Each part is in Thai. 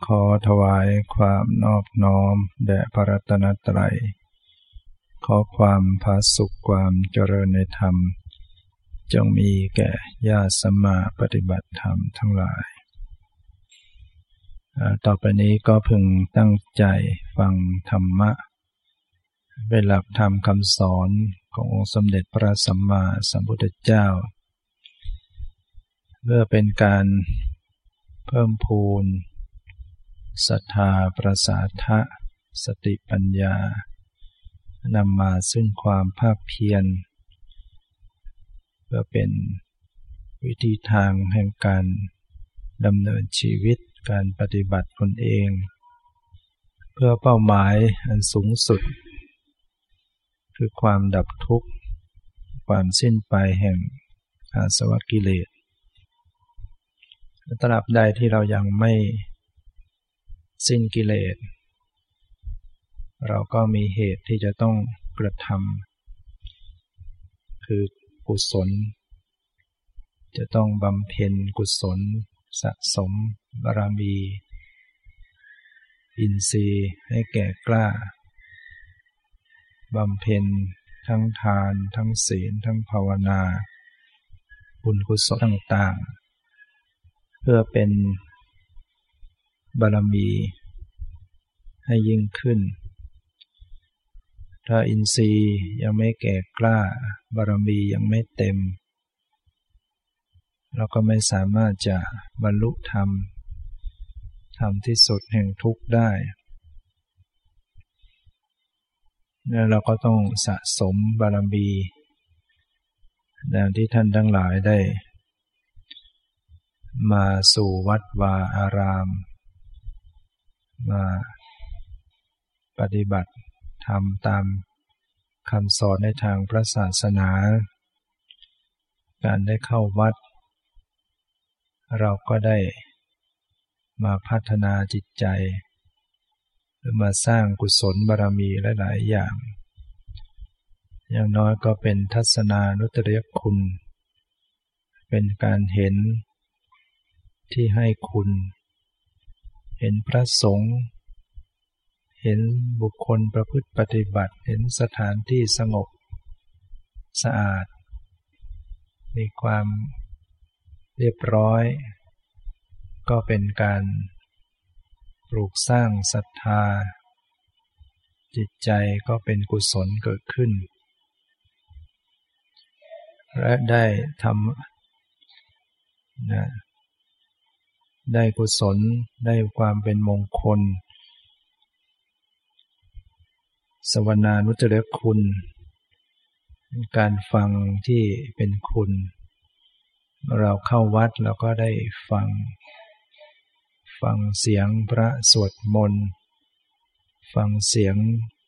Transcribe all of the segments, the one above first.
ขอถวายความนอบน้อมแด่พระรัตนตรัยขอความผาสุขความเจริญในธรรมจงมีแก่ญาติสัมมาปฏิบัติธรรมทั้งหลายต่อไปนี้ก็พึงตั้งใจฟังธรรมะเป็นหลักธรรมคำสอนขององค์สมเด็จพระสัมมาสัมพุทธเจ้าเพื่อเป็นการเพิ่มพูนศรัทธาประสาทะสติปัญญานำมาซึ่งความภาคเพียรเพื่อเป็นวิธีทางแห่งการดำเนินชีวิตการปฏิบัติตนเองเพื่อเป้าหมายอันสูงสุดคือความดับทุกข์ความสิ้นไปแห่งอาสวะกิเลสตราบใดที่เรายังไม่สิ้นกิเลสเราก็มีเหตุที่จะต้องกระทำคือกุศลจะต้องบำเพ็ญกุศลสะสมบารมีอินทรีย์ให้แก่กล้าบำเพ็ญทั้งทานทั้งศีลทั้งภาวนาบุญกุศลต่างๆเพื่อเป็นบารมีให้ยิ่งขึ้นถ้าอินทรีย์ยังไม่แก่กล้าบารมียังไม่เต็มเราก็ไม่สามารถจะบรรลุธรรมที่สุดแห่งทุกข์ได้แล้วเราก็ต้องสะสมบารมีดังที่ท่านทั้งหลายได้มาสู่วัดวาอารามมาปฏิบัติธรรมตามคำสอนในทางพระศาสนาการได้เข้าวัดเราก็ได้มาพัฒนาจิตใจหรือมาสร้างกุศลบารมีหลายๆอย่างอย่างน้อยก็เป็นทัศนานุตริยคุณเป็นการเห็นที่ให้คุณเห็นพระสงฆ์เห็นบุคคลประพฤติปฏิบัติเห็นสถานที่สงบสะอาดมีความเรียบร้อยก็เป็นการปลูกสร้างศรัทธาจิตใจก็เป็นกุศลเกิดขึ้นและได้ทำได้กุศลได้ความเป็นมงคลสวนานุตตรคุณการฟังที่เป็นคุณเราเข้าวัดเราก็ได้ฟังเสียงพระสวดมนต์ฟังเสียง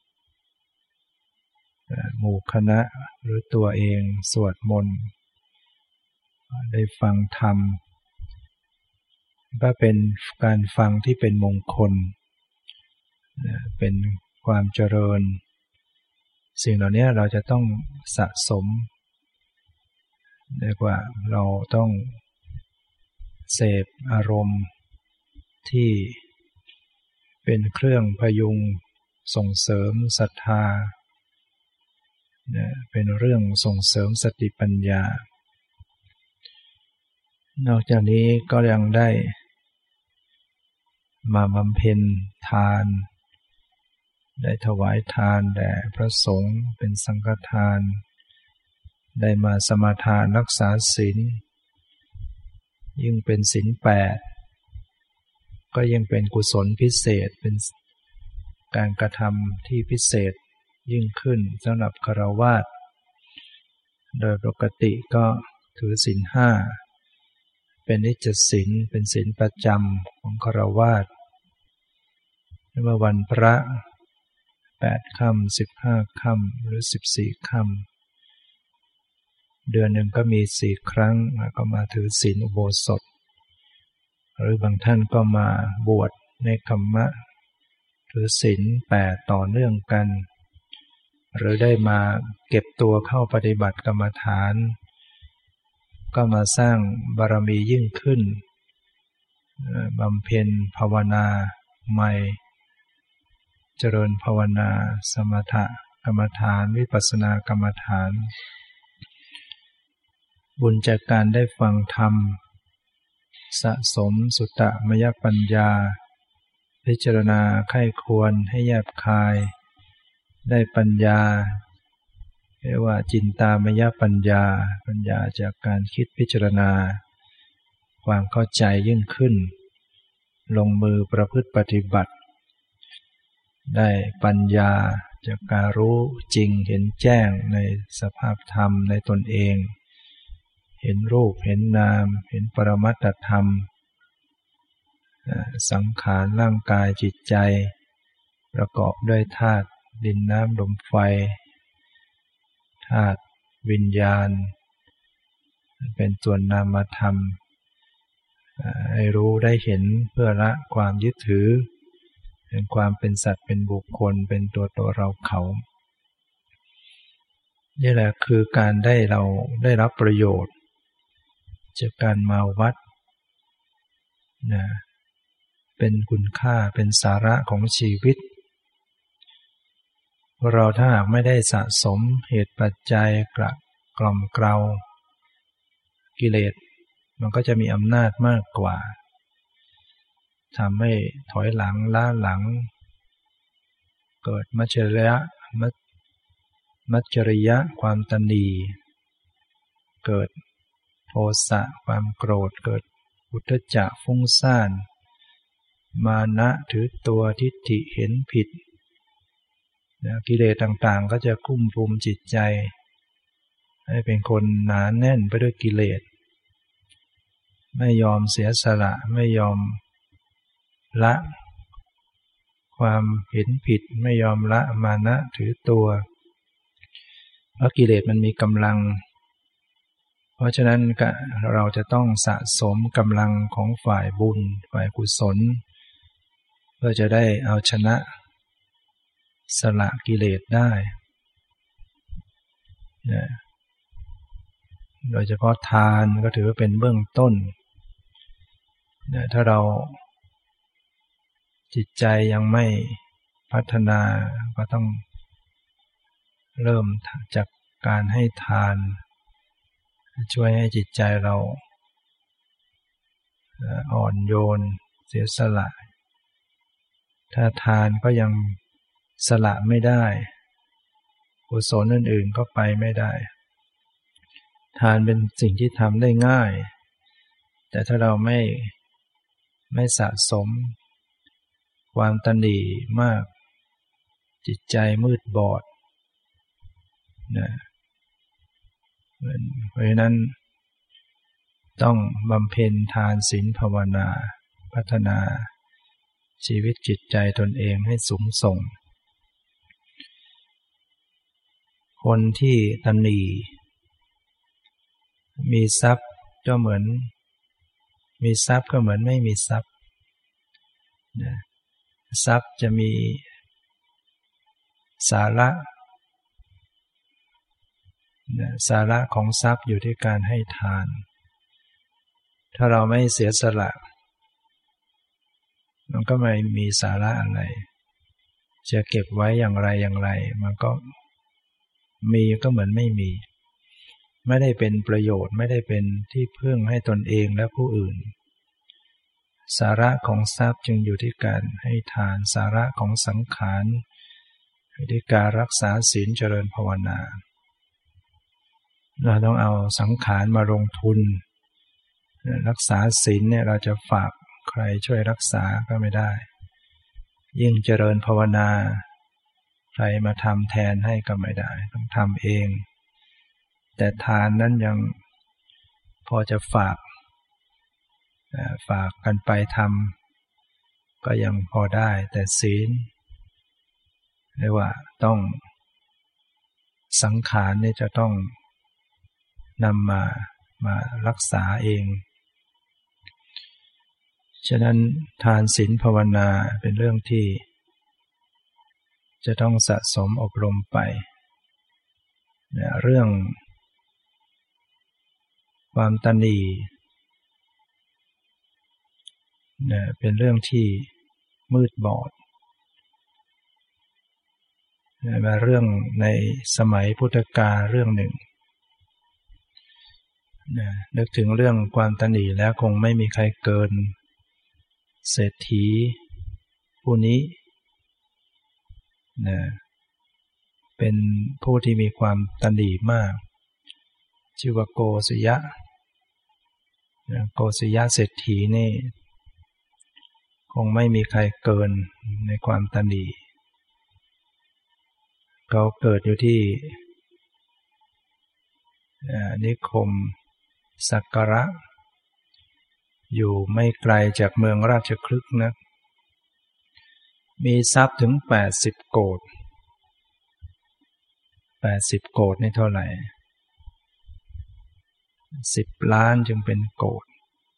หมู่คณะหรือตัวเองสวดมนต์ได้ฟังธรรมก็เป็นการฟังที่เป็นมงคลเป็นความเจริญสิ่งเหล่านี้เราจะต้องสะสมเรียกว่าเราต้องเสพอารมณ์ที่เป็นเครื่องพยุงส่งเสริมศรัทธาเป็นเรื่องส่งเสริมสติปัญญานอกจากนี้ก็ยังได้มาบำเพ็ญทานได้ถวายทานแด่พระสงฆ์เป็นสังฆทานได้มาสมาทานรักษาศีลยิ่งเป็นศีล8ก็ยังเป็นกุศลพิเศษเป็นการกระทำที่พิเศษยิ่งขึ้นสำหรับฆราวาสโดยปกติก็ถือศีล5เป็นนิจศีลเป็นศีลประจำของฆราวาสเมื่อวันพระ8 ค่ำ15 ค่ำหรือ14 ค่ำเดือนหนึ่งก็มี4 ครั้งแล้วก็มาถือศีลอุโบสถหรือบางท่านก็มาบวชในคัมมะถือศีล8ต่อเนื่องกันหรือได้มาเก็บตัวเข้าปฏิบัติกรรมฐานก็มาสร้างบารมียิ่งขึ้นบำเพ็ญภาวนาใหม่เจริญภาวนาสมถกรรมฐานวิปัสสนากรรมฐานบุญจากการได้ฟังธรรมสะสมสุตตมยปัญญาพิจารณาไข้ควรให้แยบคายได้ปัญญาเรียกว่าจินตามยปัญญาปัญญาจากการคิดพิจารณาความเข้าใจยิ่งขึ้นลงมือประพฤติปฏิบัติได้ปัญญาจากการรู้จริงเห็นแจ้งในสภาพธรรมในตนเองเห็นรูปเห็นนามเห็นปรมัตถธรรมสังขารร่างกายจิตใจประกอบด้วยธาตุดินน้ำลมไฟธาตุวิญญาณเป็นส่วนนามธรรมให้รู้ได้เห็นเพื่อละความยึดถือเป็นความเป็นสัตว์เป็นบุคคลเป็นตัวเราเขานี่แหละคือการเราได้รับประโยชน์จากการมาวัดนะเป็นคุณค่าเป็นสาระของชีวิตเราถ้าหากไม่ได้สะสมเหตุปัจจัยกล่อมเกลากิเลสมันก็จะมีอำนาจมากกว่าทำให้ถอยหลังล้าหลังเกิดมัจฉริยะความตณีเกิดโทสะความโกรธเกิดอุทธัจจะฟุ้งซ่านมานะถือตัวทิฏฐิเห็นผิดกิเลสต่างๆก็จะคุ้มรุมจิตใจให้เป็นคนหนาแน่นไปด้วยกิเลสไม่ยอมเสียสละไม่ยอมละความเห็นผิดไม่ยอมละมานะถือตัวเพราะกิเลสมันมีกำลังเพราะฉะนั้นเราจะต้องสะสมกำลังของฝ่ายบุญฝ่ายกุศลเพื่อจะได้เอาชนะสละกิเลสได้โดยเฉพาะทานก็ถือว่าเป็นเบื้องต้นถ้าเราจิตใจยังไม่พัฒนาก็ต้องเริ่มจากการให้ทานช่วยให้จิตใจเราอ่อนโยนเสียสละถ้าทานก็ยังสละไม่ได้กุศลอื่นๆก็ไปไม่ได้ทานเป็นสิ่งที่ทำได้ง่ายแต่ถ้าเราไม่สะสมความตณีมากจิตใจมืดบอดนะเพราะฉะนั้นต้องบำเพ็ญทานศีลภาวนาพัฒนาชีวิตจิตใจตนเองให้สูงส่งคนที่ตณีมีทรัพย์ก็เหมือนมีทรัพย์ก็เหมือนไม่มีทรัพย์ทรัพย์จะมีสาระของทรัพย์อยู่ที่การให้ทานถ้าเราไม่เสียสละมันก็ไม่มีสาระอะไรจะเก็บไว้อย่างไรมันก็มีก็เหมือนไม่มีไม่ได้เป็นประโยชน์ไม่ได้เป็นที่พึ่งให้ตนเองและผู้อื่นสาระของทรัพย์จึงอยู่ที่การให้ทานสาระของสังขารอยู่ที่การรักษาศีลเจริญภาวนาเราต้องเอาสังขารมาลงทุนรักษาศีลเนี่ยเราจะฝากใครช่วยรักษาก็ไม่ได้ยิ่งเจริญภาวนาใครมาทำแทนให้ก็ไม่ได้ต้องทำเองแต่ทานนั้นยังพอจะฝากกันไปทำก็ยังพอได้แต่ศีลเรียกว่าต้องสังขารนี่จะต้องนำมารักษาเองฉะนั้นทานศีลภาวนาเป็นเรื่องที่จะต้องสะสมอบรมไปเรื่องความตณีเป็นเรื่องที่มืดบอดมาเรื่องในสมัยพุทธกาลเรื่องหนึ่งนึกถึงเรื่องความตนีแล้วคงไม่มีใครเกินเศรษฐีผู้นี้เป็นผู้ที่มีความตนีมากชื่อว่าโกศยะโกศยะเศรษฐีนี่คงไม่มีใครเกินในความตนีเขาเกิดอยู่ที่นิคมสักการะอยู่ไม่ไกลจากเมืองราชคฤห์นะมีทรัพย์ถึง80โกฏ80โกฏนี่เท่าไหร่10 ล้านจึงเป็นโกฏ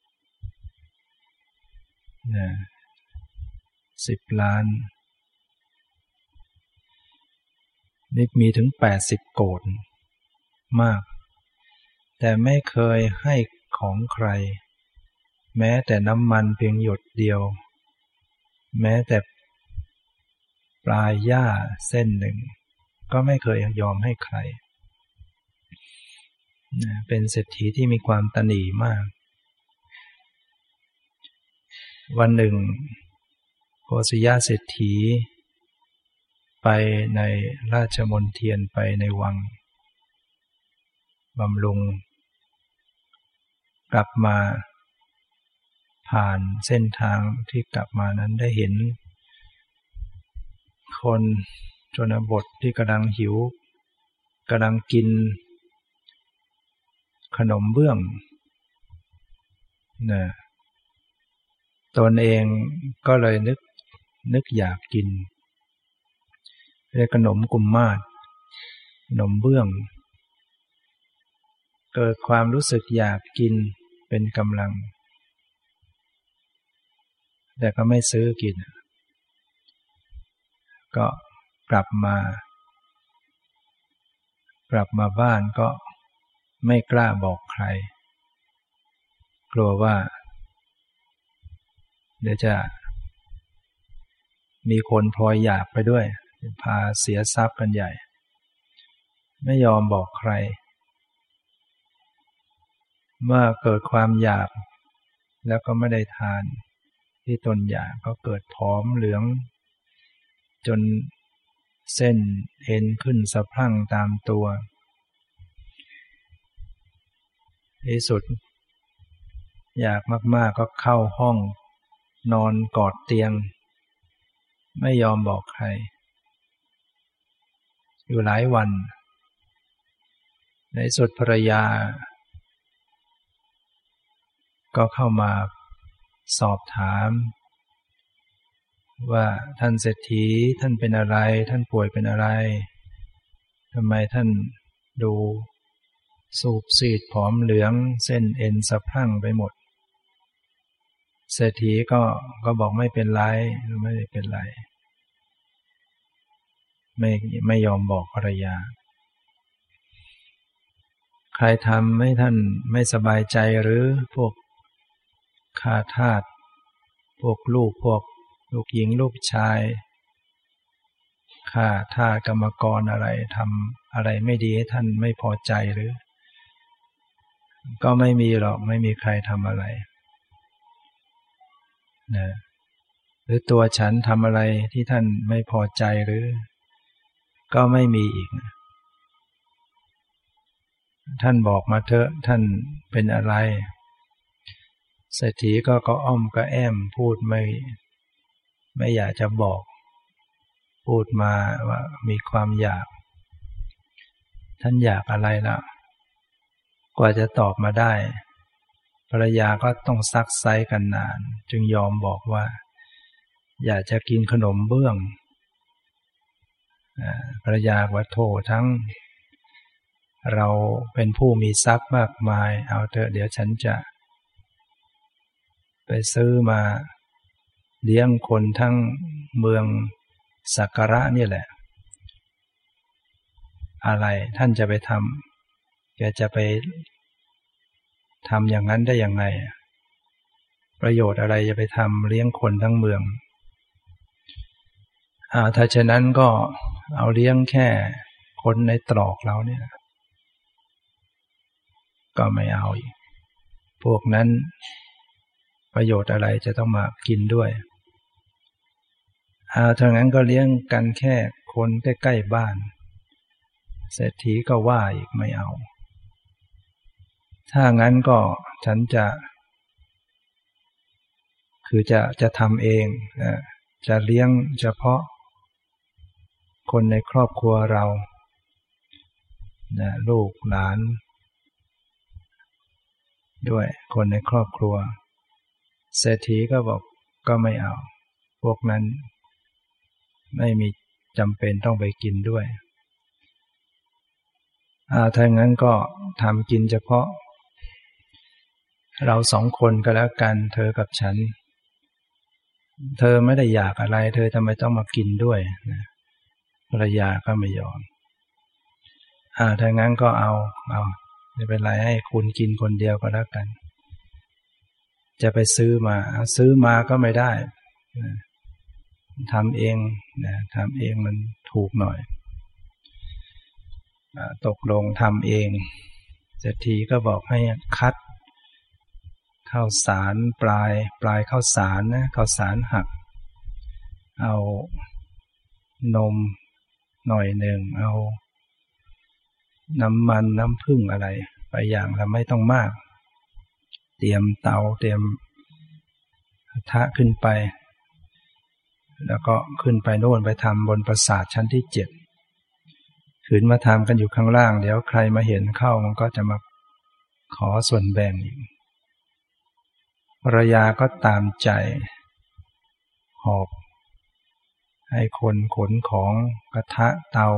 10 ล้านนี่มีถึง80โกฏมากแต่ไม่เคยให้ของใครแม้แต่น้ำมันเพียงหยดเดียวแม้แต่ปลายหญ้าเส้นหนึ่งก็ไม่เคยยอมให้ใครเป็นเศรษฐีที่มีความตนีมากวันหนึ่งโกศยะเศรษฐีไปในราชมณฑลไปในวังบำรุงกลับมาผ่านเส้นทางที่กลับมานั้นได้เห็นคนชนบทที่กำลังหิวกำลังกินขนมเบื้องตนเองก็เลยนึกอยากกินเรียกขนมกุมมาศขนมเบื้องเกิดความรู้สึกอยากกินเป็นกำลังแต่ก็ไม่ซื้อกินก็กลับมาบ้านก็ไม่กล้าบอกใครกลัวว่าเดี๋ยวจะมีคนพลอยอยากไปด้วยพาเสียทรัพย์กันใหญ่ไม่ยอมบอกใครเมื่อเกิดความอยากแล้วก็ไม่ได้ทานที่ตนอยากก็เกิดผอมเหลืองจนเส้นเอ็นขึ้นสะพรั่งตามตัวที่สุดอยากมากๆก็เข้าห้องนอนกอดเตียงไม่ยอมบอกใครอยู่หลายวันในสุดภรรยาก็เข้ามาสอบถามว่าท่านเศรษฐีท่านเป็นอะไรท่านป่วยเป็นอะไรทำไมท่านดูสูบซีดผอมเหลืองเส้นเอ็นสะพรั่งไปหมดเศรษฐีก็บอกไม่เป็นไรไม่ได้เป็นไรไม่ยอมบอกภรรยาใครทำให้ท่านไม่สบายใจหรือพวกข้าทาสพวกลูกหญิงลูกชายข้าทาสกรรมกรอะไรทำอะไรไม่ดีให้ท่านไม่พอใจหรือก็ไม่มีหรอกไม่มีใครทำอะไรนะหรือตัวฉันทำอะไรที่ท่านไม่พอใจหรือก็ไม่มีอีกนะท่านบอกมาเถอะท่านเป็นอะไรเศรษฐีก็อ้อมก็แอมพูดไม่อยากจะบอกพูดมาว่ามีความอยากท่านอยากอะไรล่ะกว่าจะตอบมาได้ภรรยาก็ต้องซักไซ้กันนานจึงยอมบอกว่าอยากจะกินขนมเบื้องภรรยาว่าโทษทั้งเราเป็นผู้มีทรัพย์มากมายเอาเถอะเดี๋ยวฉันจะไปซื้อมาเลี้ยงคนทั้งเมืองสักการะนี่แหละอะไรท่านจะไปทำแกจะไปทำอย่างนั้นได้ยังไงประโยชน์อะไรจะไปทำเลี้ยงคนทั้งเมืองถ้าฉะนั้นก็เอาเลี้ยงแค่คนในตรอกเราเนี่ยก็ไม่เอาอีกพวกนั้นประโยชน์อะไรจะต้องมากินด้วยถ้างั้นก็เลี้ยงกันแค่คนใกล้ๆบ้านเศรษฐีก็ว่าอีกไม่เอาถ้างั้นก็ฉันคือจะทำเองจะเลี้ยงเฉพาะคนในครอบครัวเราลูกหลานด้วยคนในครอบครัวเศรษฐีก็บอกก็ไม่เอาพวกนั้นไม่มีจำเป็นต้องไปกินด้วยถ้างั้นก็ทำกินเฉพาะเราสองคนก็แล้วกันเธอกับฉันเธอไม่ได้อยากอะไรเธอทำไมต้องมากินด้วยภรรยาก็ไม่ยอมถ้างั้นก็เอาไม่เป็นไรให้คุณกินคนเดียวก็แล้วกันจะไปซื้อมาก็ไม่ได้ทำเองทำเองมันถูกหน่อยตกลงทำเองเศรษฐีก็บอกให้คัดข้าวสารปลายข้าวสารข้าวสารหักเอานมหน่อยหนึ่งเอาน้ำมันน้ำผึ้งอะไรไปอย่างละไม่ต้องมากเตรียมเตาเตรียมกระทะขึ้นไปแล้วก็ขึ้นไปโน่นไปทำบนปราสาทชั้นที่7ขืนมาทำกันอยู่ข้างล่างเดี๋ยวใครมาเห็นเข้ามันก็จะมาขอส่วนแบ่งอีกภรรยาก็ตามใจหอบให้คนขนของกระทะเตา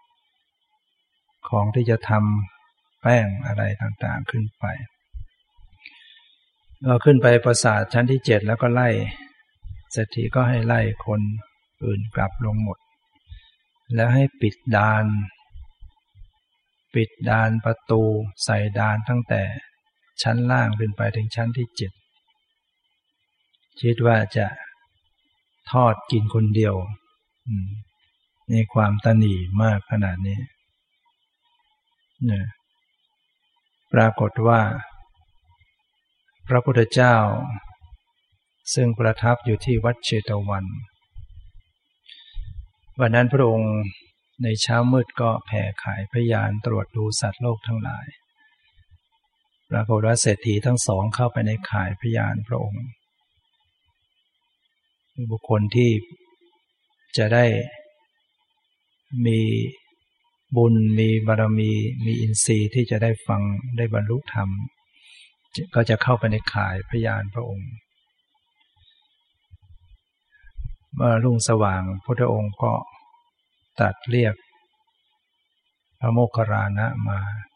ของที่จะทำแป้งอะไรต่างๆขึ้นไปเราขึ้นไปปราสาทชั้นที่7แล้วก็ไล่เศรษฐีก็ให้ไล่คนอื่นกลับลงหมดแล้วให้ปิดดานประตูใส่ดานตั้งแต่ชั้นล่างขึ้นไปถึงชั้นที่7คิดว่าจะทอดกินคนเดียวในความตณีมากขนาดนี้ปรากฏว่าพระพุทธเจ้าซึ่งประทับอยู่ที่วัดเชตวันวันนั้นพระองค์ในเช้ามืดก็แผ่ขายพยานตรวจดูสัตว์โลกทั้งหลายปรากฏว่าเศรษฐีทั้งสองเข้าไปในข่ายพยานพระองค์บุคคลที่จะได้มีบุญมีบารมีมีอินทรีย์ที่จะได้ฟังได้บรรลุธรรมก็จะเข้าไปในข่ายพยานพระองค์เมื่อรุ่งสว่างพุทธองค์ก็ตรัสเรียกพระโมคคัลลานะมา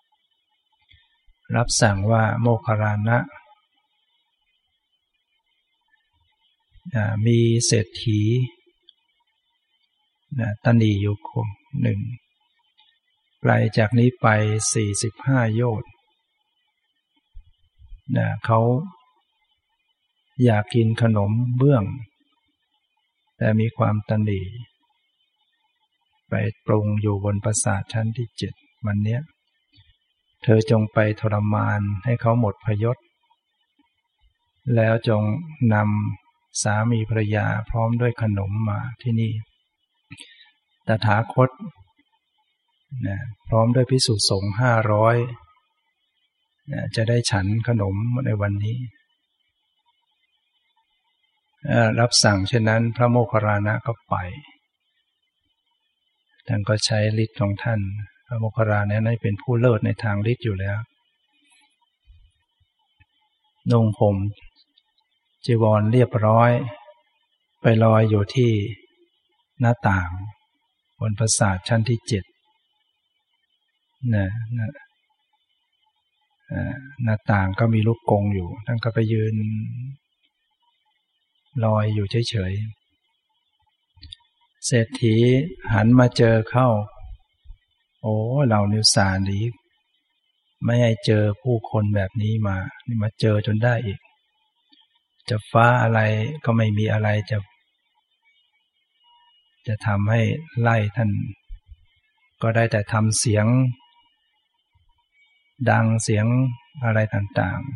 รับสั่งว่าโมคคัลลานะมีเศรษฐีตนีอยู่คนหนึ่งไกลจากนี้ไป45โยชน์เขาอยากกินขนมเบื้องแต่มีความตนีไปปรุงอยู่บนปราสาทชั้นที่7วันนี้เธอจงไปทรมานให้เขาหมดพยศแล้วจงนำสามีภรรยาพร้อมด้วยขนมมาที่นี่ตถาคตพร้อมด้วยภิกษุสงฆ์500จะได้ฉันขนมในวันนี้รับสั่งเช่นนั้นพระโมคคัลลานะก็ไปท่านก็ใช้ฤทธิ์ของท่านพระโมคคัลลานะนั้นเป็นผู้เลิศในทางฤทธิ์อยู่แล้วนุ่งห่มจีวรเรียบร้อยไปลอยอยู่ที่หน้าต่างบนปราสาทชั้นที่7หน้าต่างก็มีลูกกรงอยู่ท่านก็ไปยืนลอยอยู่เฉยๆเศรษฐีหันมาเจอเข้าโอ้เรานิสาดีไม่ให้เจอผู้คนแบบนี้มานี่มาเจอจนได้อีกจะฟ้าอะไรก็ไม่มีอะไรจะทำให้ไล่ท่านก็ได้แต่ทำเสียงดังเสียงอะไรต่าง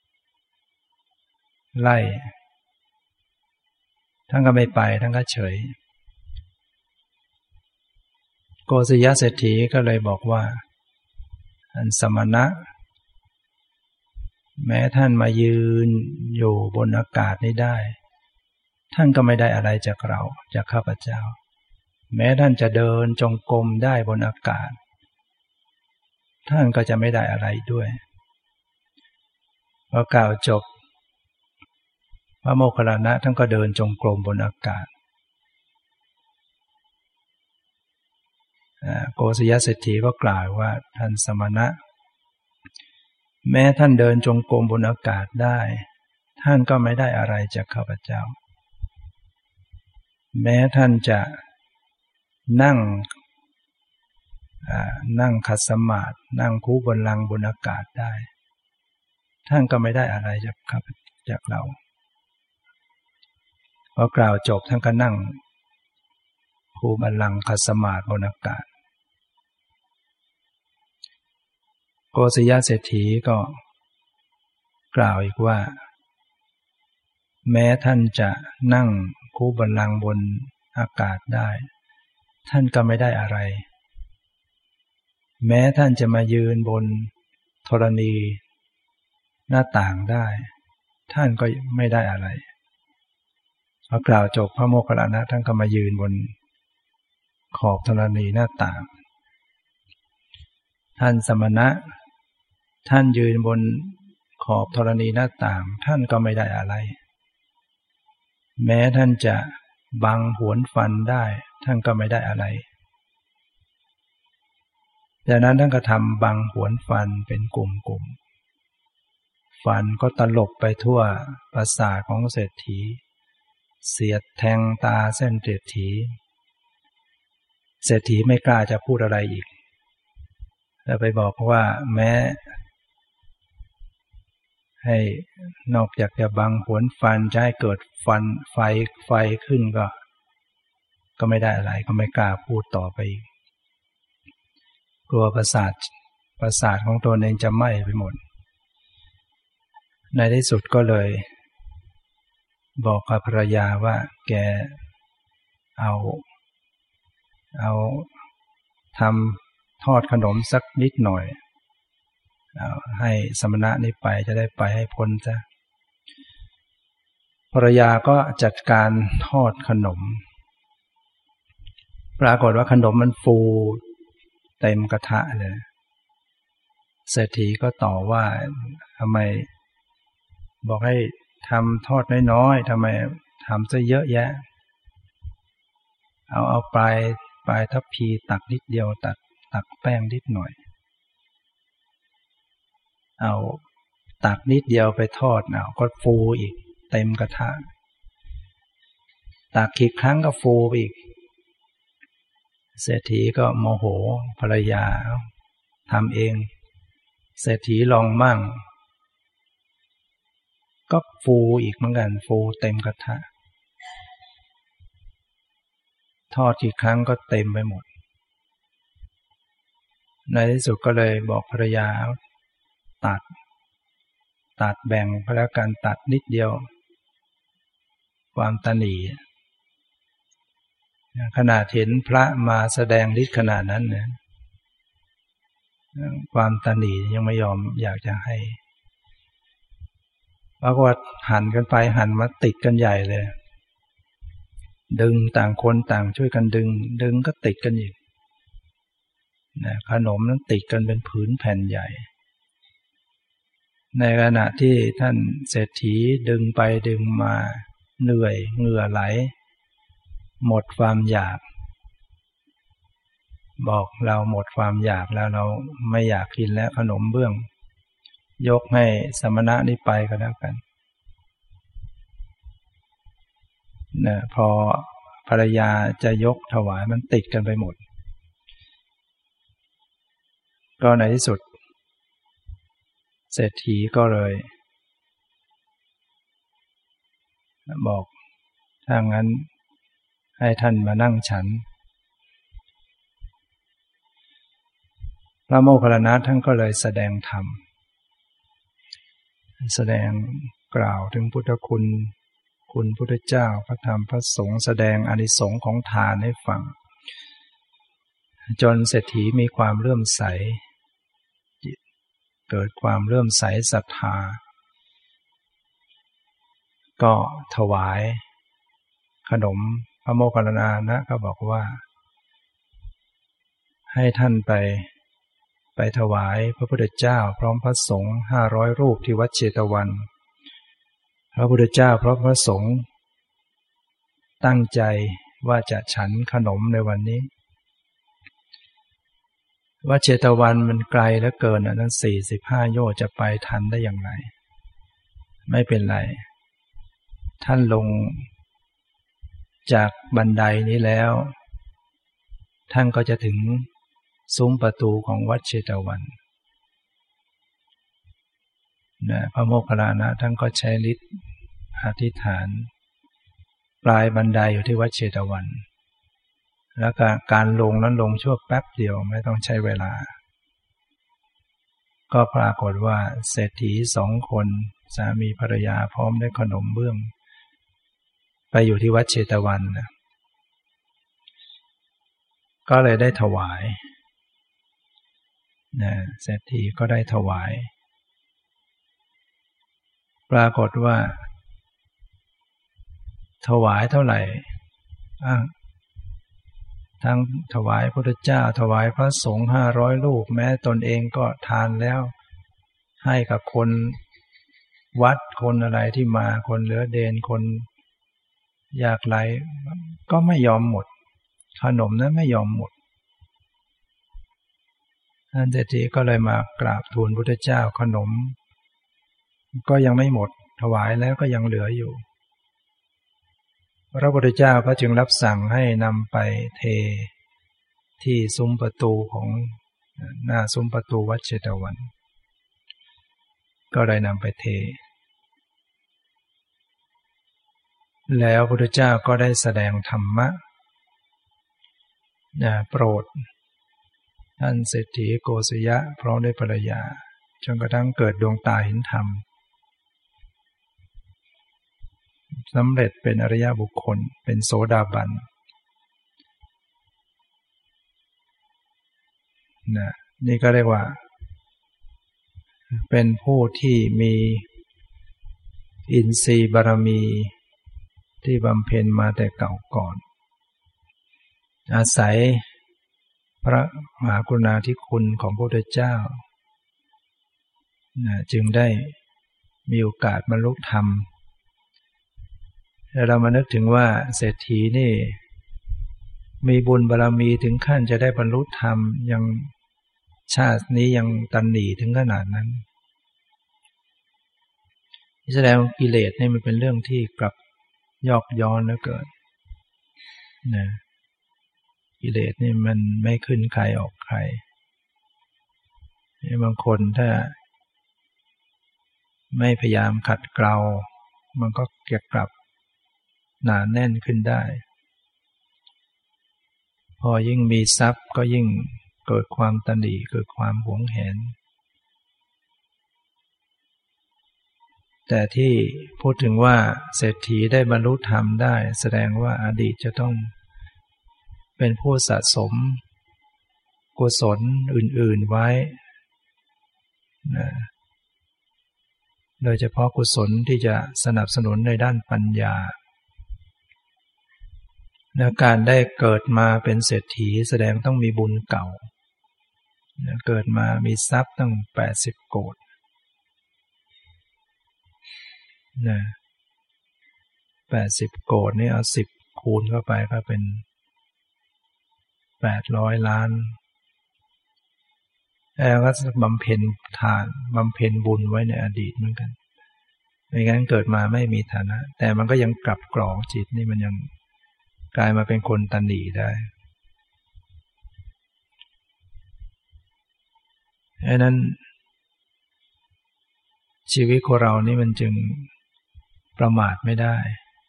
ๆไล่ท่านก็ไม่ไปท่านก็เฉยโกศยเศรษฐีก็เลยบอกว่าท่านสมณะแม้ท่านมายืนอยู่บนอากาศนี้ได้ท่านก็ไม่ได้อะไรจากเราจากข้าพเจ้าแม้ท่านจะเดินจงกรมได้บนอากาศท่านก็จะไม่ได้อะไรด้วยพอกล่าวจบพระโมคคัลลานะท่านก็เดินจงกรมบนอากาศโกศยเศรษฐีก็กล่าวว่าท่านสมณะแม้ท่านเดินจงกรมบนอากาศได้ท่านก็ไม่ได้อะไรจากข้าพเจ้าแม้ท่านจะนั่งขัดสมาธินั่งคูบัลลังก์บนอากาศได้ท่านก็ไม่ได้อะไรจากเราพอกล่าวจบท่านก็นั่งคูบัลลังก์ขัดสมาธิบนอากาศโกศยเศรษฐีก็กล่าวอีกว่าแม้ท่านจะนั่งคูบัลลังก์บนอากาศได้ท่านก็ไม่ได้อะไรแม้ท่านจะมายืนบนธรณีหน้าต่างได้ท่านก็ไม่ได้อะไรพอกล่าวจบพระโมคคัลลานะท่านก็มายืนบนขอบธรณีหน้าต่างท่านสมณะท่านยืนบนขอบธรณีหน้าต่างท่านก็ไม่ได้อะไรแม้ท่านจะบังหวนฟันได้ท่านก็ไม่ได้อะไรจากนั้นท่านก็ทำบังหวนฟันเป็นกลุ่มๆฟันก็ตลบไปทั่วประสาทของเศรษฐีเสียดแทงตาเส้นเศรษฐีไม่กล้าจะพูดอะไรอีกแล้วไปบอกว่าแม้ให้นอกจากจะบังหวนฟันจะให้เกิดไฟขึ้นก็ไม่ได้อะไรก็ไม่กล้าพูดต่อไปอีกกลัวประสาทของตนเองจะไหม้ไปหมดในที่สุดก็เลยบอกกับภรรยาว่าแกเอาทำทอดขนมสักนิดหน่อยให้สมณะนี้ไปจะได้ไปให้พ้นซะภรรยาก็จัดการทอดขนมปรากฏว่าขนมมันฟูเต็มกระทะเลยเศรษฐีก็ต่อว่าทำไมบอกให้ทำทอดน้อยๆทำไมทำซะเยอะแยะเอาปลายทัพพีตักนิดเดียวตักแป้งนิดหน่อยเอาตักนิดเดียวไปทอดก็ฟูอีกเต็มกระทะตักอีกครั้งก็ฟูอีกเศรษฐีก็โมโหภรรยาทำเองเศรษฐีลองมั่งก็ฟูอีกเหมือนกันฟูเต็มกระทะทอดกี่ครั้งก็เต็มไปหมดในที่สุดก็เลยบอกภรรยาตัดแบ่งพแล้วกันตัดนิดเดียวความตนีขนาดเห็นพระมาแสดงฤทธิ์ขนาดนั้นเนี่ยความตนียังไม่ยอมอยากจะให้ปรากฏหันกันไปหันมาติดกันใหญ่เลยดึงต่างคนต่างช่วยกันดึงก็ติดกันอีกขนมนั้นติดกันเป็นผืนแผ่นใหญ่ในขณะที่ท่านเศรษฐีดึงไปดึงมาเหนื่อยเหงื่อไหลหมดความอยากบอกเราหมดความอยากแล้วเราไม่อยากกินแล้วขนมเบื้องยกให้สมณะนี้ไปก็แล้วกันพอภรรยาจะยกถวายมันติดกันไปหมดก็ในที่สุดเศรษฐีก็เลยบอกถ้างั้นให้ท่านมานั่งฉันพระโมคคัลลานะท่านก็เลยแสดงธรรมแสดงกล่าวถึงพุทธคุณคุณพุทธเจ้าพระธรรมพระสงฆ์แสดงอานิสงส์ของทานให้ฟังจนเศรษฐีมีความเลื่อมใสเกิดความเลื่อมใสศรัทธาก็ถวายขนมพระโมคคัลลานะก็บอกว่าให้ท่านไปถวายพระพุทธเจ้าพร้อมพระสงฆ์500 รูปที่วัดเชตวันพระพุทธเจ้าพร้อมพระสงฆ์ตั้งใจว่าจะฉันขนมในวันนี้วัดเชตวันมันไกลเหลือเกินนั้น45 โยชน์จะไปทันได้อย่างไรไม่เป็นไรท่านลงจากบันไดนี้แล้วท่านก็จะถึงซุ้มประตูของวัดเชตวันพระโมคคัลลานะท่านก็ใช้ฤทธิ์อธิษฐานปลายบันไดอยู่ที่วัดเชตวันแล้วการลงนั้นลงชั่วแป๊บเดียวไม่ต้องใช้เวลาก็ปรากฏว่าเศรษฐี2 คนสามีภรรยาพร้อมด้วยขนมเบื้องไปอยู่ที่วัดเชตวันก็เลยได้ถวายเศรษฐีก็ได้ถวายปรากฏว่าถวายเท่าไหร่ทั้งถวายพระพุทธเจ้าถวายพระสงฆ์500 รูปแม้ตนเองก็ทานแล้วให้กับคนวัดคนอะไรที่มาคนเหลือเดนคนยากไร้ก็ไม่ยอมหมดขนมนั้นไม่ยอมหมดท่านเศรษฐีก็เลยมากราบทูลพระพุทธเจ้าขนมก็ยังไม่หมดถวายแล้วก็ยังเหลืออยู่พระพุทธเจ้าก็จึงรับสั่งให้นำไปเทที่ซุ้มประตูของหน้าซุ้มประตูวัดเชตวันก็ได้นำไปเทแล้วพระพุทธเจ้าก็ได้แสดงธรรมะโปรดท่านเศรษฐีโกศยะพร้อมด้วยภรรยาจนกระทั่งเกิดดวงตาเห็นธรรมสำเร็จเป็นอริยบุคคลเป็นโสดาบันนี่ก็เรียกว่าเป็นผู้ที่มีอินทรีย์บารมีที่บำเพ็ญมาแต่เก่าก่อนอาศัยพระมหากรุณาธิคุณของพระพุทธเจ้าจึงได้มีโอกาสบรรลุธรรมเรามานึกถึงว่าเศรษฐีนี่มีบุญบารมีถึงขั้นจะได้บรรลุธรรมยังชาตินี้ยังตันหนีถึงขนาดนั้นแสดงว่ากิเลสนี่มันเป็นเรื่องที่กลับยอกย้อนแล้วเกิดกิเลสนี่มันไม่ขึ้นใครออกใครบางคนถ้าไม่พยายามขัดเกลามันก็เกี่ยวกับหนาแน่นขึ้นได้พอยิ่งมีทรัพย์ก็ยิ่งเกิดความตณีเกิดความหวงแหนแต่ที่พูดถึงว่าเศรษฐีได้บรรลุธรรมได้แสดงว่าอดีตจะต้องเป็นผู้สะสมกุศลอื่นๆไว้โดยเฉพาะกุศลที่จะสนับสนุนในด้านปัญญาและการได้เกิดมาเป็นเศรษฐีแสดงต้องมีบุญเก่าเกิดมามีทรัพย์ตั้ง80 โกฏ80 โกฏนี่เอา10คูณเข้าไปก็เป็น800 ล้านแล้วก็บำเพ็ญทานบำเพ็ญบุญไว้ในอดีตเหมือนกันไม่งั้นเกิดมาไม่มีฐานะแต่มันก็ยังกลับกรอกจิตนี่มันยังกลายมาเป็นคนตัณหนีได้ดังนั้นชีวิตของเรานี่มันจึงประมาทไม่ได้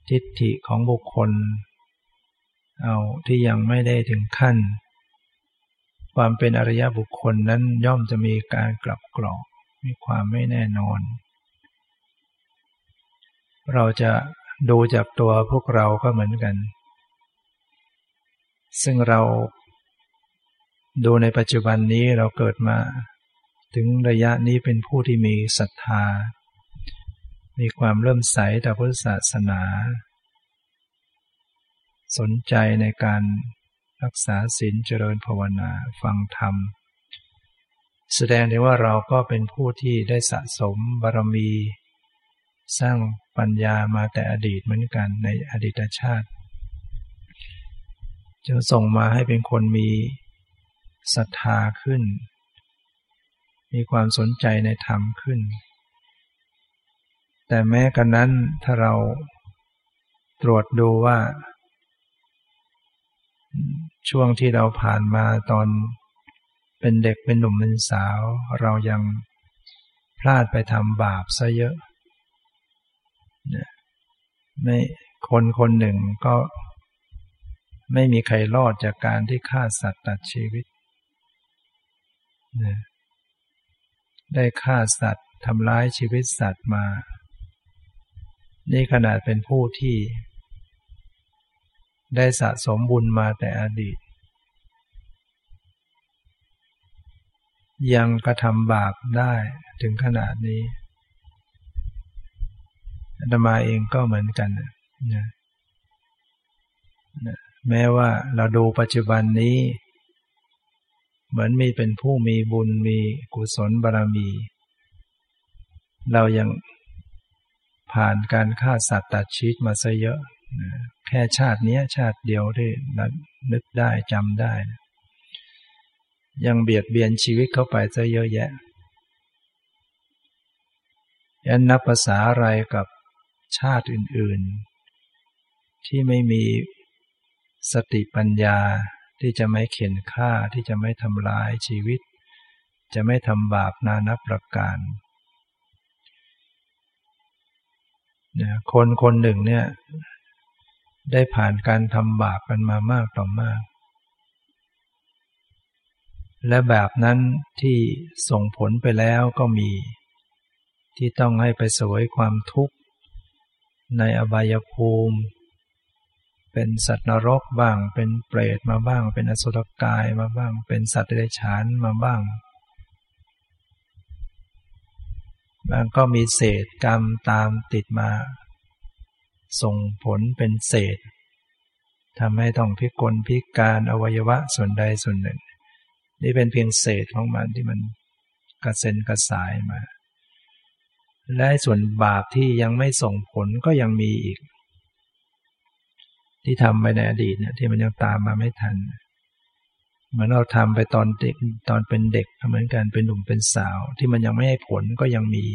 ทิฏฐิของบุคคลเอาที่ยังไม่ได้ถึงขั้นความเป็นอริยบุคคลนั้นย่อมจะมีการกลับกรอกมีความไม่แน่นอนเราจะดูจากตัวพวกเราก็เหมือนกันซึ่งเราดูในปัจจุบันนี้เราเกิดมาถึงระยะนี้เป็นผู้ที่มีศรัทธามีความเริ่มใสต่อพุทธศาสนาสนใจในการรักษาศีลเจริญภาวนาฟังธรรมแสดงได้ว่าเราก็เป็นผู้ที่ได้สะสมบารมีสร้างปัญญามาแต่อดีตเหมือนกันในอดีตชาติจึงส่งมาให้เป็นคนมีศรัทธาขึ้นมีความสนใจในธรรมขึ้นแต่แม้กระนั้นถ้าเราตรวจดูว่าช่วงที่เราผ่านมาตอนเป็นเด็กเป็นหนุ่มเป็นสาวเรายังพลาดไปทำบาปซะเยอะไม่คนหนึ่งก็ไม่มีใครรอดจากการที่ฆ่าสัตว์ตัดชีวิตได้ฆ่าสัตว์ทำร้ายชีวิตสัตว์มานี่ขนาดเป็นผู้ที่ได้สะสมบุญมาแต่อดีตยังกระทำบาปได้ถึงขนาดนี้อาตมาเองก็เหมือนกันนะแม้ว่าเราดูปัจจุบันนี้เหมือนมีเป็นผู้มีบุญมีกุศลบารมีเรายังผ่านการฆ่าสัตว์ตัดชีวิตมาซะเยอะแค่ชาตินี้ชาติเดียวที่นึกได้จำได้ยังเบียดเบียนชีวิตเข้าไปซะเยอะแยะยันนับภาษาอะไรกับชาติอื่นๆที่ไม่มีสติปัญญาที่จะไม่เข็นฆ่าที่จะไม่ทำลายชีวิตจะไม่ทำบาปนานับประการคนหนึ่งเนี่ยได้ผ่านการทำบาปกันมามากต่อมากและแบบนั้นที่ส่งผลไปแล้วก็มีที่ต้องให้ไปเสวยความทุกข์ในอบายภูมิเป็นสัตว์นรกบ้างเป็นเปรตมาบ้างเป็นอสุรกายมาบ้างเป็นสัตว์เดรัจฉานมาบ้างบางก็มีเศษกรรมตามติดมาส่งผลเป็นเศษทำให้ต้องพิกลพิการอวัยวะส่วนใดส่วนหนึ่งนี่เป็นเพียงเศษของมันที่มันกระเซ็นกระสายมาและส่วนบาปที่ยังไม่ส่งผลก็ยังมีอีกที่ทำไปในอดีตเนี่ยที่มันยังตามมาไม่ทันเหมือนเราทำไปตอนเด็กตอนเป็นเด็กเหมือนกันเป็นหนุ่มเป็นสาวที่มันยังไม่ให้ผลก็ยังมี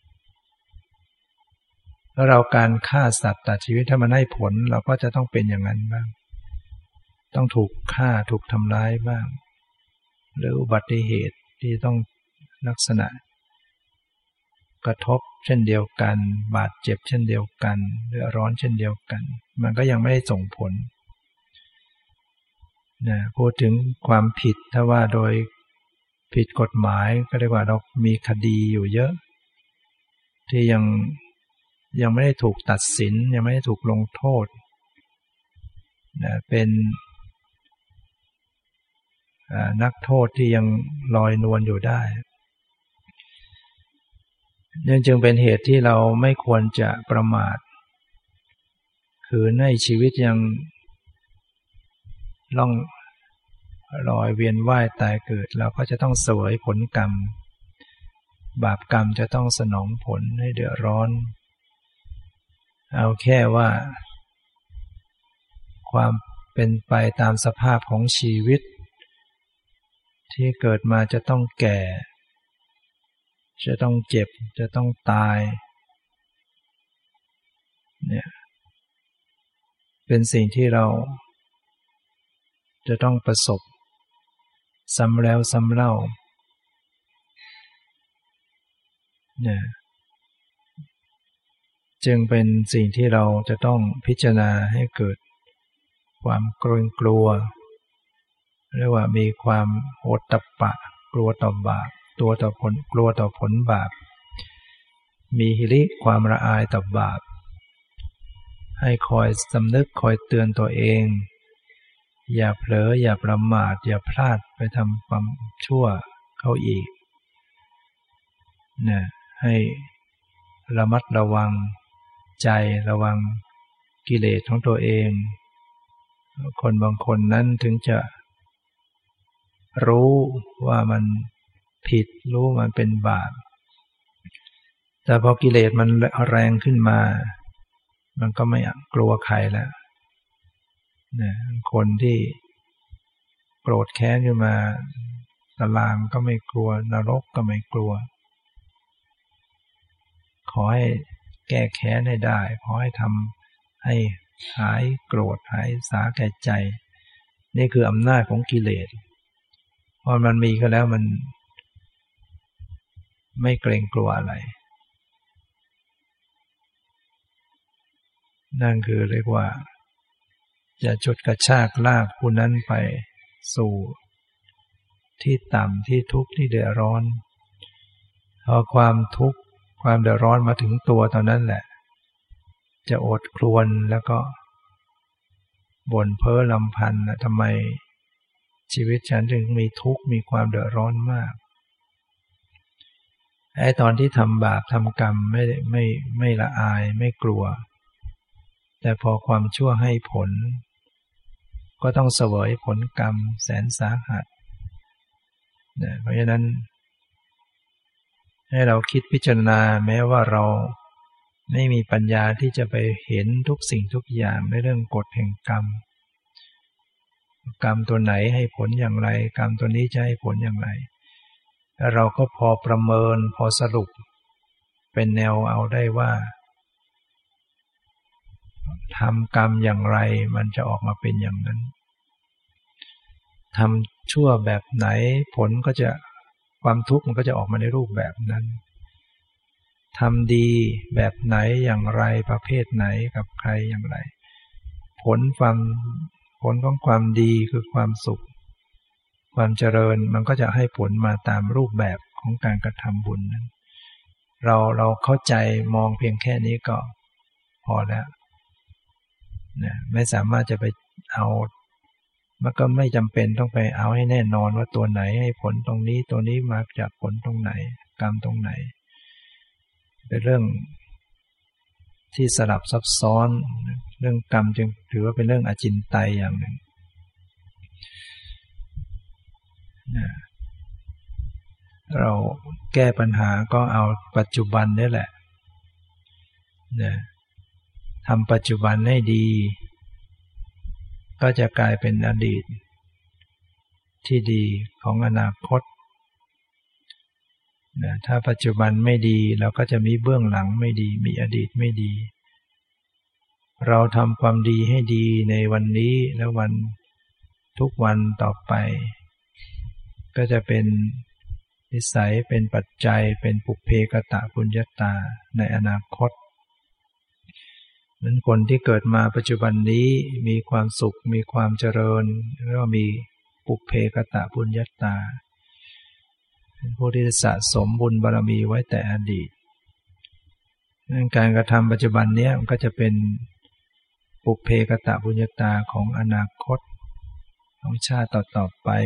แล้วเราการฆ่าสัตว์ตัดชีวิตถ้ามันให้ผลเราก็จะต้องเป็นอย่างนั้นบ้างต้องถูกฆ่าถูกทำร้ายบ้างหรืออุบัติเหตุที่ต้องลักษณะกระทบเช่นเดียวกันบาดเจ็บเช่นเดียวกันเดือดร้อนเช่นเดียวกันมันก็ยังไม่ได้ส่งผลนะพูดถึงความผิดถ้าว่าโดยผิดกฎหมายก็เรียกว่าเรามีคดีอยู่เยอะที่ยังไม่ได้ถูกตัดสินยังไม่ได้ถูกลงโทษนะเป็นนักโทษที่ยังลอยนวลอยู่ได้นี่จึงเป็นเหตุที่เราไม่ควรจะประมาทคือในชีวิตยังล่องลอยเวียนว่ายตายเกิดเราก็จะต้องเสวยผลกรรมบาปกรรมจะต้องสนองผลให้เดือดร้อนเอาแค่ว่าความเป็นไปตามสภาพของชีวิตที่เกิดมาจะต้องแก่จะต้องเจ็บจะต้องตายเนี่ยเป็นสิ่งที่เราจะต้องประสบซ้ำแล้วซ้ำเล่าเนี่ยจึงเป็นสิ่งที่เราจะต้องพิจารณาให้เกิดความกลัวเรียกว่ามีความโอตตัปปะกลัวต่อบาปกลัวต่อผลบาปมีหิริความละอายต่อบาปให้คอยสำนึกคอยเตือนตัวเองอย่าเผลออย่าประมาทอย่าพลาดไปทำความชั่วเข้าอีกนะให้ระมัดระวังใจระวังกิเลสของตัวเองคนบางคนนั้นถึงจะรู้ว่ามันผิดรู้มันเป็นบาปแต่พอกิเลสมันแรงขึ้นมามันก็ไม่กลัวใครแล้วนะคนที่โกรธแค้นขึ้นมาตารางก็ไม่กลัวนรกก็ไม่กลัวขอให้แก้แค้นให้ได้ขอให้ทำให้หายโกรธหายสาแก่ใจนี่คืออำนาจของกิเลสพอมันมีก็แล้วมันไม่เกรงกลัวอะไรนั่นคือเรียกว่าจะฉุดกระชากลากผู้นั้นไปสู่ที่ต่ำที่ทุกข์ที่เดือดร้อนพอความทุกข์ความเดือดร้อนมาถึงตัวตอนนั้นแหละจะอดครวญแล้วก็บ่นเพ้อรำพันทำไมชีวิตฉันถึงมีทุกข์มีความเดือดร้อนมากไอ้ตอนที่ทำบาปทำกรรมไม่ละอายไม่กลัวแต่พอความชั่วให้ผลก็ต้องเสวยผลกรรมแสนสาหัสเพราะฉะนั้นให้เราคิดพิจารณาแม้ว่าเราไม่มีปัญญาที่จะไปเห็นทุกสิ่งทุกอย่างในเรื่องกฎแห่งกรรมกรรมตัวไหนให้ผลอย่างไรกรรมตัวนี้จะให้ผลอย่างไรแล้วเราก็พอประเมินพอสรุปเป็นแนวเอาได้ว่าทำกรรมอย่างไรมันจะออกมาเป็นอย่างนั้นทำชั่วแบบไหนผลก็จะความทุกข์มันก็จะออกมาในรูปแบบนั้นทำดีแบบไหนอย่างไรประเภทไหนกับใครอย่างไรผลของความดีคือความสุขความเจริญมันก็จะให้ผลมาตามรูปแบบของการกระทำบุญนั้นเราเข้าใจมองเพียงแค่นี้ก็พอแล้วนะไม่สามารถจะไปเอามันก็ไม่จำเป็นต้องไปเอาให้แน่นอนว่าตัวไหนให้ผลตรงนี้ตัวนี้มาจากผลตรงไหนกรรมตรงไหนเป็นเรื่องที่สลับซับซ้อนเรื่องกรรมจึงถือว่าเป็นเรื่องอจินไตยอย่างหนึ่งเราแก้ปัญหาก็เอาปัจจุบันนี่แหละทำปัจจุบันให้ดีก็จะกลายเป็นอดีตที่ดีของอนาคตถ้าปัจจุบันไม่ดีเราก็จะมีเบื้องหลังไม่ดีมีอดีตไม่ดีเราทำความดีให้ดีในวันนี้และวันทุกวันต่อไปก็จะเป็นนิสัยเป็นปัจจัยเป็นปุพเพกตปุญญาตาในอนาคตเหมือนคนที่เกิดมาปัจจุบันนี้มีความสุขมีความเจริญแล้วก็มีปุพเพกตปุญญาตาเป็นผู้ที่สะสมบุญบารมีไว้แต่อดีตการกระทำปัจจุบันนี้มันก็จะเป็นปุพเพกตปุญญาตาของอนาคตของชาติต่อๆไป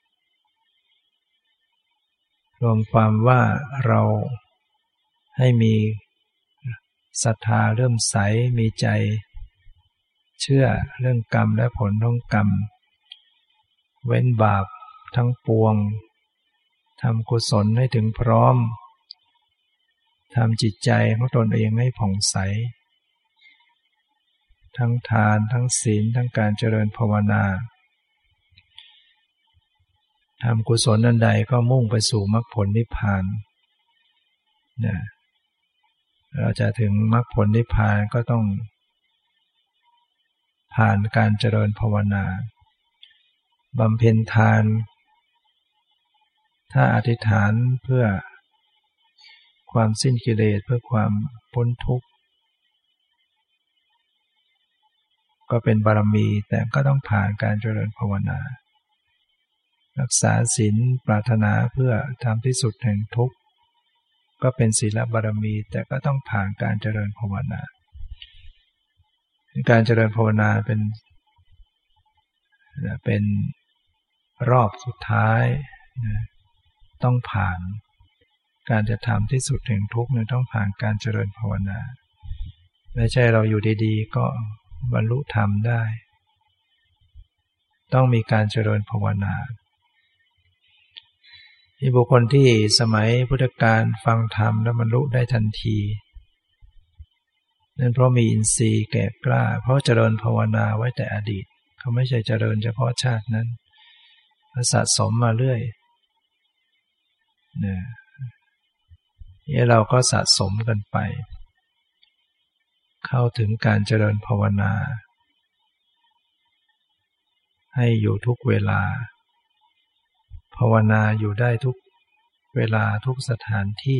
รวมความว่าเราให้มีศรัทธาเริ่มใสมีใจเชื่อเรื่องกรรมและผลของกรรมเว้นบาปทั้งปวงทำกุศลให้ถึงพร้อมทำจิตใจของตนเองให้ผ่องใสทั้งทานทั้งศีลทั้งการเจริญภาวนาทำกุศลอันใดก็มุ่งไปสู่มรรคผลนิพพานเราจะถึงมรรคผลนิพพานก็ต้องผ่านการเจริญภาวนาบำเพ็ญทานถ้าอธิษฐานเพื่อความสิ้นกิเลสเพื่อความพ้นทุกข์ก็เป็นบารมีแต่ก็ต้องผ่านการเจริญภาวนารักษาศีลปรารถนาเพื่อทำที่สุดแห่งทุกข์ก็เป็นศีลบารมีแต่ก็ต้องผ่านการเจริญภาวนาการเจริญภาวนาเป็นรอบสุดท้ายต้องผ่านการจะทำที่สุดแห่งทุกข์ต้องผ่านการเจริญภาวนาไม่ใช่เราอยู่ดีๆก็บรรลุธรรมได้ต้องมีการเจริญภาวนาที่บุคคลที่สมัยพุทธกาลฟังธรรมแล้วบรรลุได้ทันทีนั่นเพราะมีอินทรีย์แก่กล้าเพราะเจริญภาวนาไว้แต่อดีตเขาไม่ใช่เจริญเฉพาะชาตินั้นสะสมมาเรื่อยนี่เราก็สะสมกันไปเข้าถึงการเจริญภาวนาให้อยู่ทุกเวลาภาวนาอยู่ได้ทุกเวลาทุกสถานที่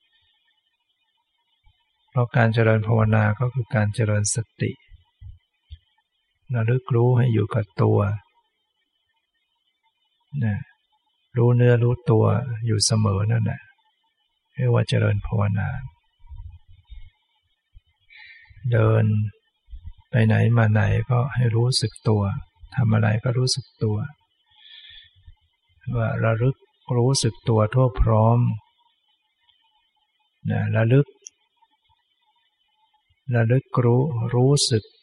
เพราะการเจริญภาวนาก็คือการเจริญสติระลึกรู้ให้อยู่กับตัวรู้เนื้อรู้ตัวอยู่เสมอนั่นแหละเรียกว่าเจริญภาวนาเดินไปไหนมาไหนก็ให้รู้สึกตัวทำอะไรก็รู้สึกตัวว่าระลึกรู้สึกตัวทั่วพร้อมระลึกรู้สึก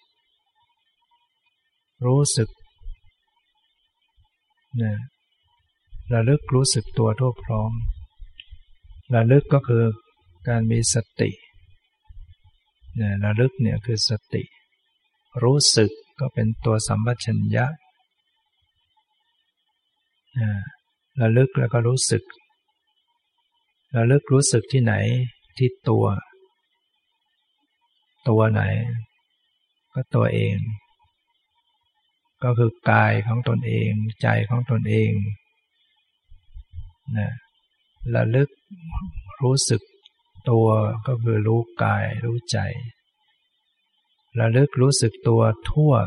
ระลึกรู้สึกตัวทั่วพร้อมระลึกก็คือการมีสติระลึกเนี่ยคือสติรู้สึกก็เป็นตัวสัมปชัญญะระลึกแล้วก็รู้สึกระลึกรู้สึกที่ไหนที่ตัวไหนก็ตัวเองก็คือกายของตนเองใจของตนเองระลึกรู้สึกตัวก็คือรู้กายรู้ใจระลึกรู้สึกตัวทั่ว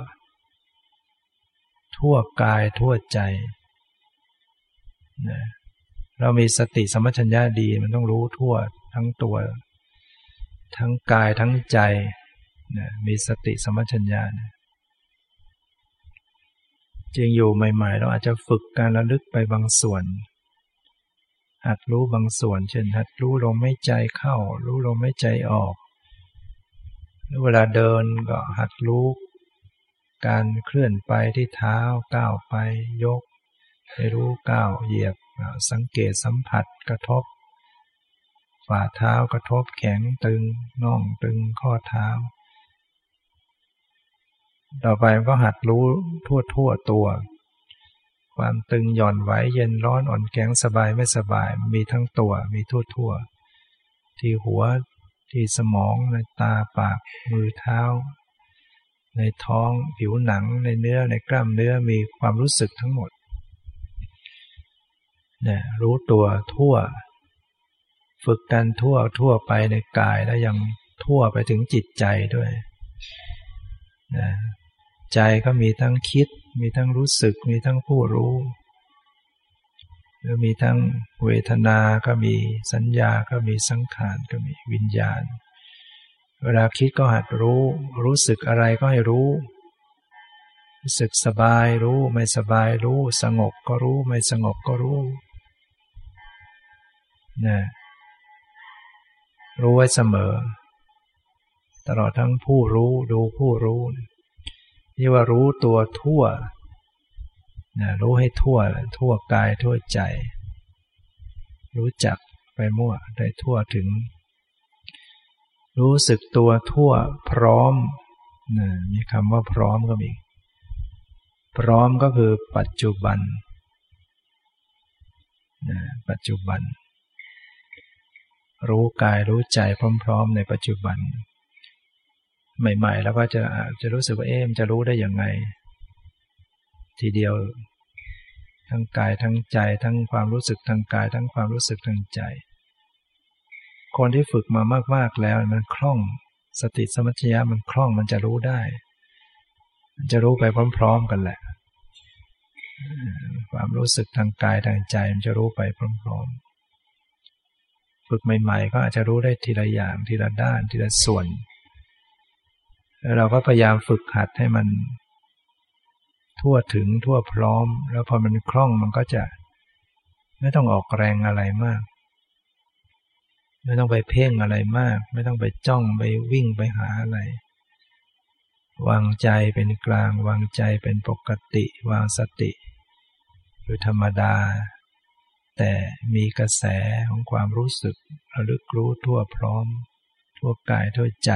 กายทั่วใจเรามีสติสัมปชัญญะดีมันต้องรู้ทั่วทั้งตัวทั้งกายทั้งใจมีสติสัมปชัญญะจริงอยู่ใหม่ๆเราอาจจะฝึกการระลึกไปบางส่วนหัดรู้บางส่วนเช่นหัดรู้ลมหายใจเข้ารู้ลมหายใจออกเวลาเดินก็หัดรู้การเคลื่อนไปที่เท้าก้าวไปยกให้รู้ก้าวเหยียบสังเกตสัมผัสกระทบฝ่าเท้ากระทบแข็งตึงน่องตึงข้อเท้าต่อไปก็หัดรู้ทั่วตัวความตึงหย่อนไหวเย็นร้อนอ่อนแข็งสบายไม่สบายมีทั้งตัวมีทั่วที่หัวที่สมองในตาปากมือเท้าในท้องผิวหนังในเนื้อในกล้ามเนื้อมีความรู้สึกทั้งหมดรู้ตัวทั่วฝึกกันทั่วไปในกายแล้วยังทั่วไปถึงจิตใจด้วยใจก็มีทั้งคิดมีทั้งรู้สึกมีทั้งผู้รู้มีทั้งเวทนาก็มีสัญญาก็มีสังขารก็มีวิญญาณเวลาคิดก็หัดรู้สึกอะไรก็ให้รู้สึกสบายรู้ไม่สบายรู้สงบก็รู้ไม่สงบก็รู้รู้ไว้เสมอตลอดทั้งผู้รู้ดูผู้รู้นี่ว่ารู้ตัวทั่วรู้ให้ทั่วกายทั่วใจรู้จักไปมั่วได้ทั่วถึงรู้สึกตัวทั่วพร้อมมีคำว่าพร้อมก็มีพร้อมก็คือปัจจุบันปัจจุบันรู้กายรู้ใจพร้อมๆในปัจจุบันใหม่ๆแล้วก็จะรู้สึกว่ามันจะรู้ได้อย่างไรทีเดียวทั้งกายทั้งใจทั้งความรู้สึกทางกายทั้งความรู้สึกทางใจคนที่ฝึกมามากๆแล้วมันคล่องสติสัมปชัญญะมันคล่องมันจะรู้ได้มันจะรู้ไปพร้อมๆกันแหละความรู้สึกทางกายทางใจมันจะรู้ไปพร้อมๆฝึกใหม่ๆก็อาจจะรู้ได้ทีละอย่างทีละด้านทีละส่วนแล้วเราก็พยายามฝึกหัดให้มันทั่วถึงทั่วพร้อมแล้วพอมันคล่องมันก็จะไม่ต้องออกแรงอะไรมากไม่ต้องไปเพ่งอะไรมากไม่ต้องไปจ้องไปวิ่งไปหาอะไรวางใจเป็นกลางวางใจเป็นปกติวางสติคือธรรมดาแต่มีกระแสของความรู้สึกระลึกรู้ทั่วพร้อมทั่วกายทั่วใจ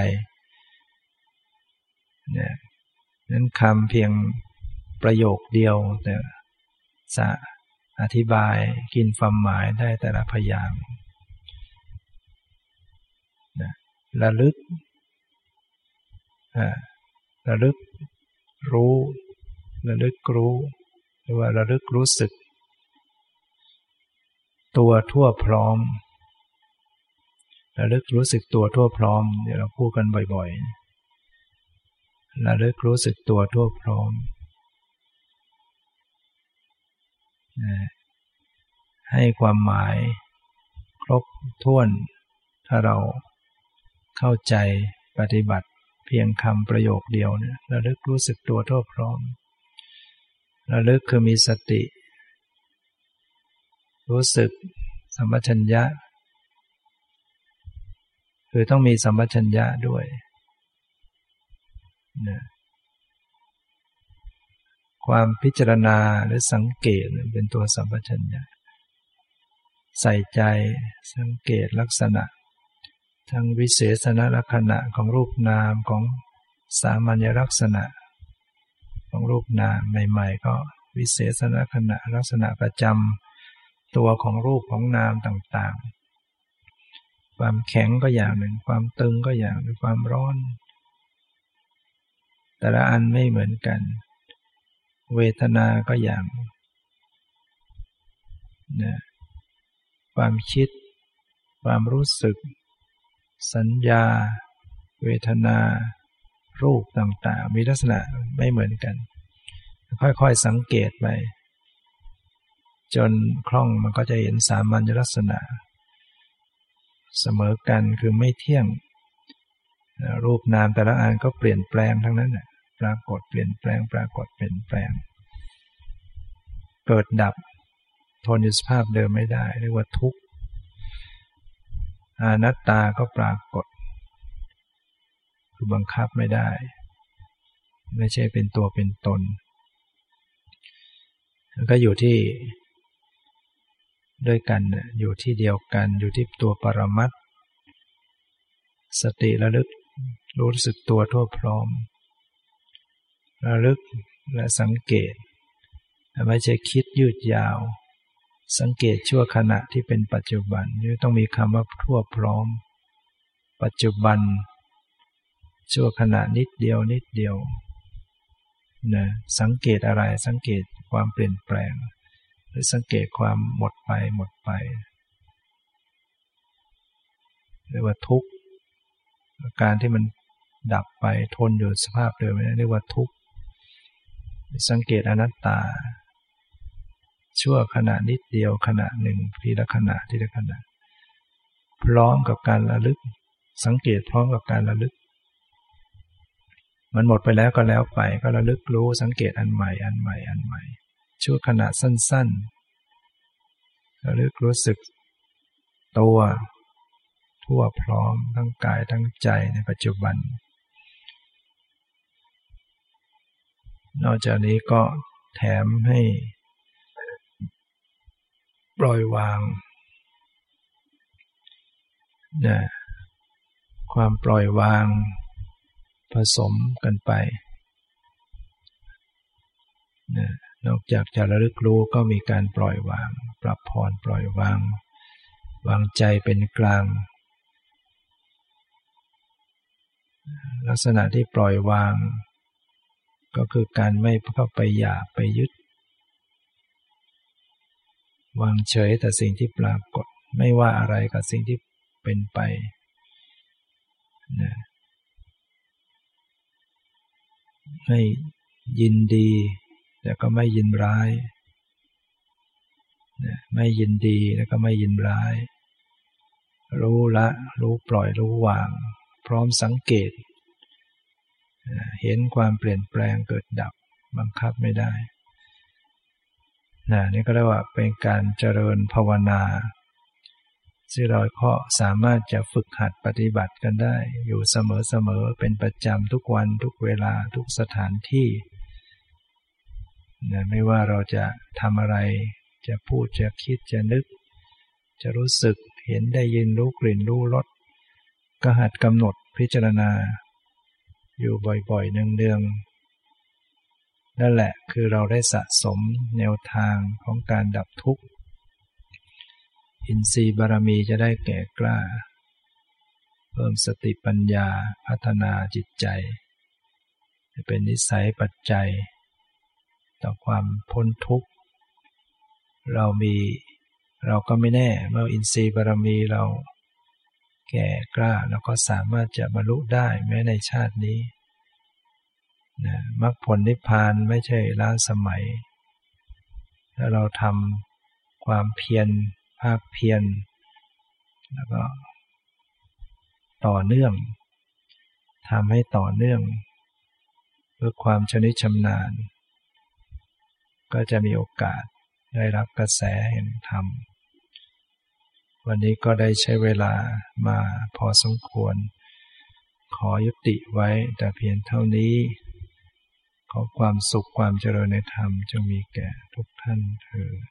เนี่ยนั้นคำเพียงประโยคเดียวแต่จะอธิบายกินความหมายได้แต่ละพยางค์ระลึกระลึกรู้ระลึกรู้หรือว่าระลึกรู้สึกตัวทั่วพร้อมระลึกรู้สึกตัวทั่วพร้อมเดี๋ยวเราพูดกันบ่อยๆระลึกรู้สึกตัวทั่วพร้อมให้ความหมายครบถ้วนถ้าเราเข้าใจปฏิบัติเพียงคำประโยคเดียวเนี่ยระลึกรู้สึกตัวทั่วพร้อมระลึกคือมีสติรู้สึกสัมปชัญญะคือต้องมีสัมปชัญญะด้วยนะความพิจารณาหรือสังเกตเป็นตัวสัมปชัญญะใส่ใจสังเกตลักษณะทั้งวิเศษณลักษณะของรูปนามของสามัญลักษณะของรูปนามใหม่ๆก็วิเศษณลักษณะประจำตัวของรูปของนามต่างๆความแข็งก็อย่างหนึ่งความตึงก็อย่างหนึ่งความร้อนแต่ละอันไม่เหมือนกันเวทนาก็อย่างนะความคิดความรู้สึกสัญญาเวทนารูปต่างๆมีลักษณะไม่เหมือนกันค่อยๆสังเกตไปจนคล่องมันก็จะเห็นสามัญลักษณะเสมอกันคือไม่เที่ยงรูปนามแต่ละอันก็เปลี่ยนแปลงทั้งนั้นปรากฏเปลี่ยนแปลงปรากฏเปลี่ยนแปลงเกิดดับทนอยู่สภาพเดิมไม่ได้เรียกว่าทุกข์อนัตตาก็ปรากฏคือบังคับไม่ได้ไม่ใช่เป็นตัวเป็นตนก็อยู่ที่ด้วยกันอยู่ที่เดียวกันอยู่ที่ตัวปรมัตถ์สติระลึกรู้สึกตัวทั่วพร้อมระลึกและสังเกตไม่ใช่คิดยืดยาวสังเกตชั่วขณะที่เป็นปัจจุบันนี่ต้องมีคำว่าทั่วพร้อมปัจจุบันชั่วขณะนิดเดียวนิดเดียวนะสังเกตอะไรสังเกตความเปลี่ยนแปลงหรือสังเกตความหมดไปหมดไปเรียกว่าทุกข์อาการที่มันดับไปทนอยู่สภาพเดิมเรียกว่าทุกข์สังเกตอนัตตาชั่วขณะนิดเดียวขณะหนึ่งทีละขณะทีละขณะพร้อมกับการระลึกสังเกตพร้อมกับการระลึกมันหมดไปแล้วก็แล้วไปก็ระลึกรู้สังเกตอันใหม่อันใหม่อันใหม่ชั่วขณะสั้นๆระลึกรู้สึกตัวทั่วพร้อมทั้งกายทั้งใจในปัจจุบันนอกจากนี้ก็แถมให้ปล่อยวางนะความปล่อยวางผสมกันไปนะนอกจากจะระลึกรู้ก็มีการปล่อยวางปรับผ่อนปล่อยวางวางใจเป็นกลางลักษณะที่ปล่อยวางก็คือการไม่เข้าไปอยากไปยึดวางเฉยแต่สิ่งที่ปรากฏไม่ว่าอะไรกับสิ่งที่เป็นไปนะให้ยินดีแต่ก็ไม่ยินร้ายไม่ยินดีแล้วก็ไม่ยินร้ายรู้ละรู้ปล่อยรู้วางพร้อมสังเกตเห็นความเปลี่ยนแปลงเกิดดับบังคับไม่ได้นี่ก็เรียกว่าเป็นการเจริญภาวนาที่เราก็สามารถจะฝึกหัดปฏิบัติกันได้อยู่เสมอๆเป็นประจำทุกวันทุกเวลาทุกสถานที่ไม่ว่าเราจะทำอะไรจะพูดจะคิดจะนึกจะรู้สึกเห็นได้ยินรู้กลิ่นรู้รสก็หัดกำหนดพิจารณาอยู่บ่อยๆเนืองๆนั่นแหละคือเราได้สะสมแนวทางของการดับทุกข์อินทรีย์บารมีจะได้แก่กล้าเพิ่มสติปัญญาพัฒนาจิตใจจะเป็นนิสัยปัจจัยต่อความพ้นทุกข์เราก็ไม่แน่เมื่ออินทรีย์บารมีเราแก่กล้าเราก็สามารถจะบรรลุได้แม้ในชาตินี้มรรคผลนิพพานไม่ใช่ล้าสมัยถ้าเราทำความเพียรภาคเพียรแล้วก็ต่อเนื่องทำให้ต่อเนื่องเพื่อความชำนิชำนาญก็จะมีโอกาสได้รับกระแสแห่งธรรมวันนี้ก็ได้ใช้เวลามาพอสมควรขอยุติไว้แต่เพียงเท่านี้ขอความสุขความเจริญในธรรมจงมีแก่ทุกท่านเทอญ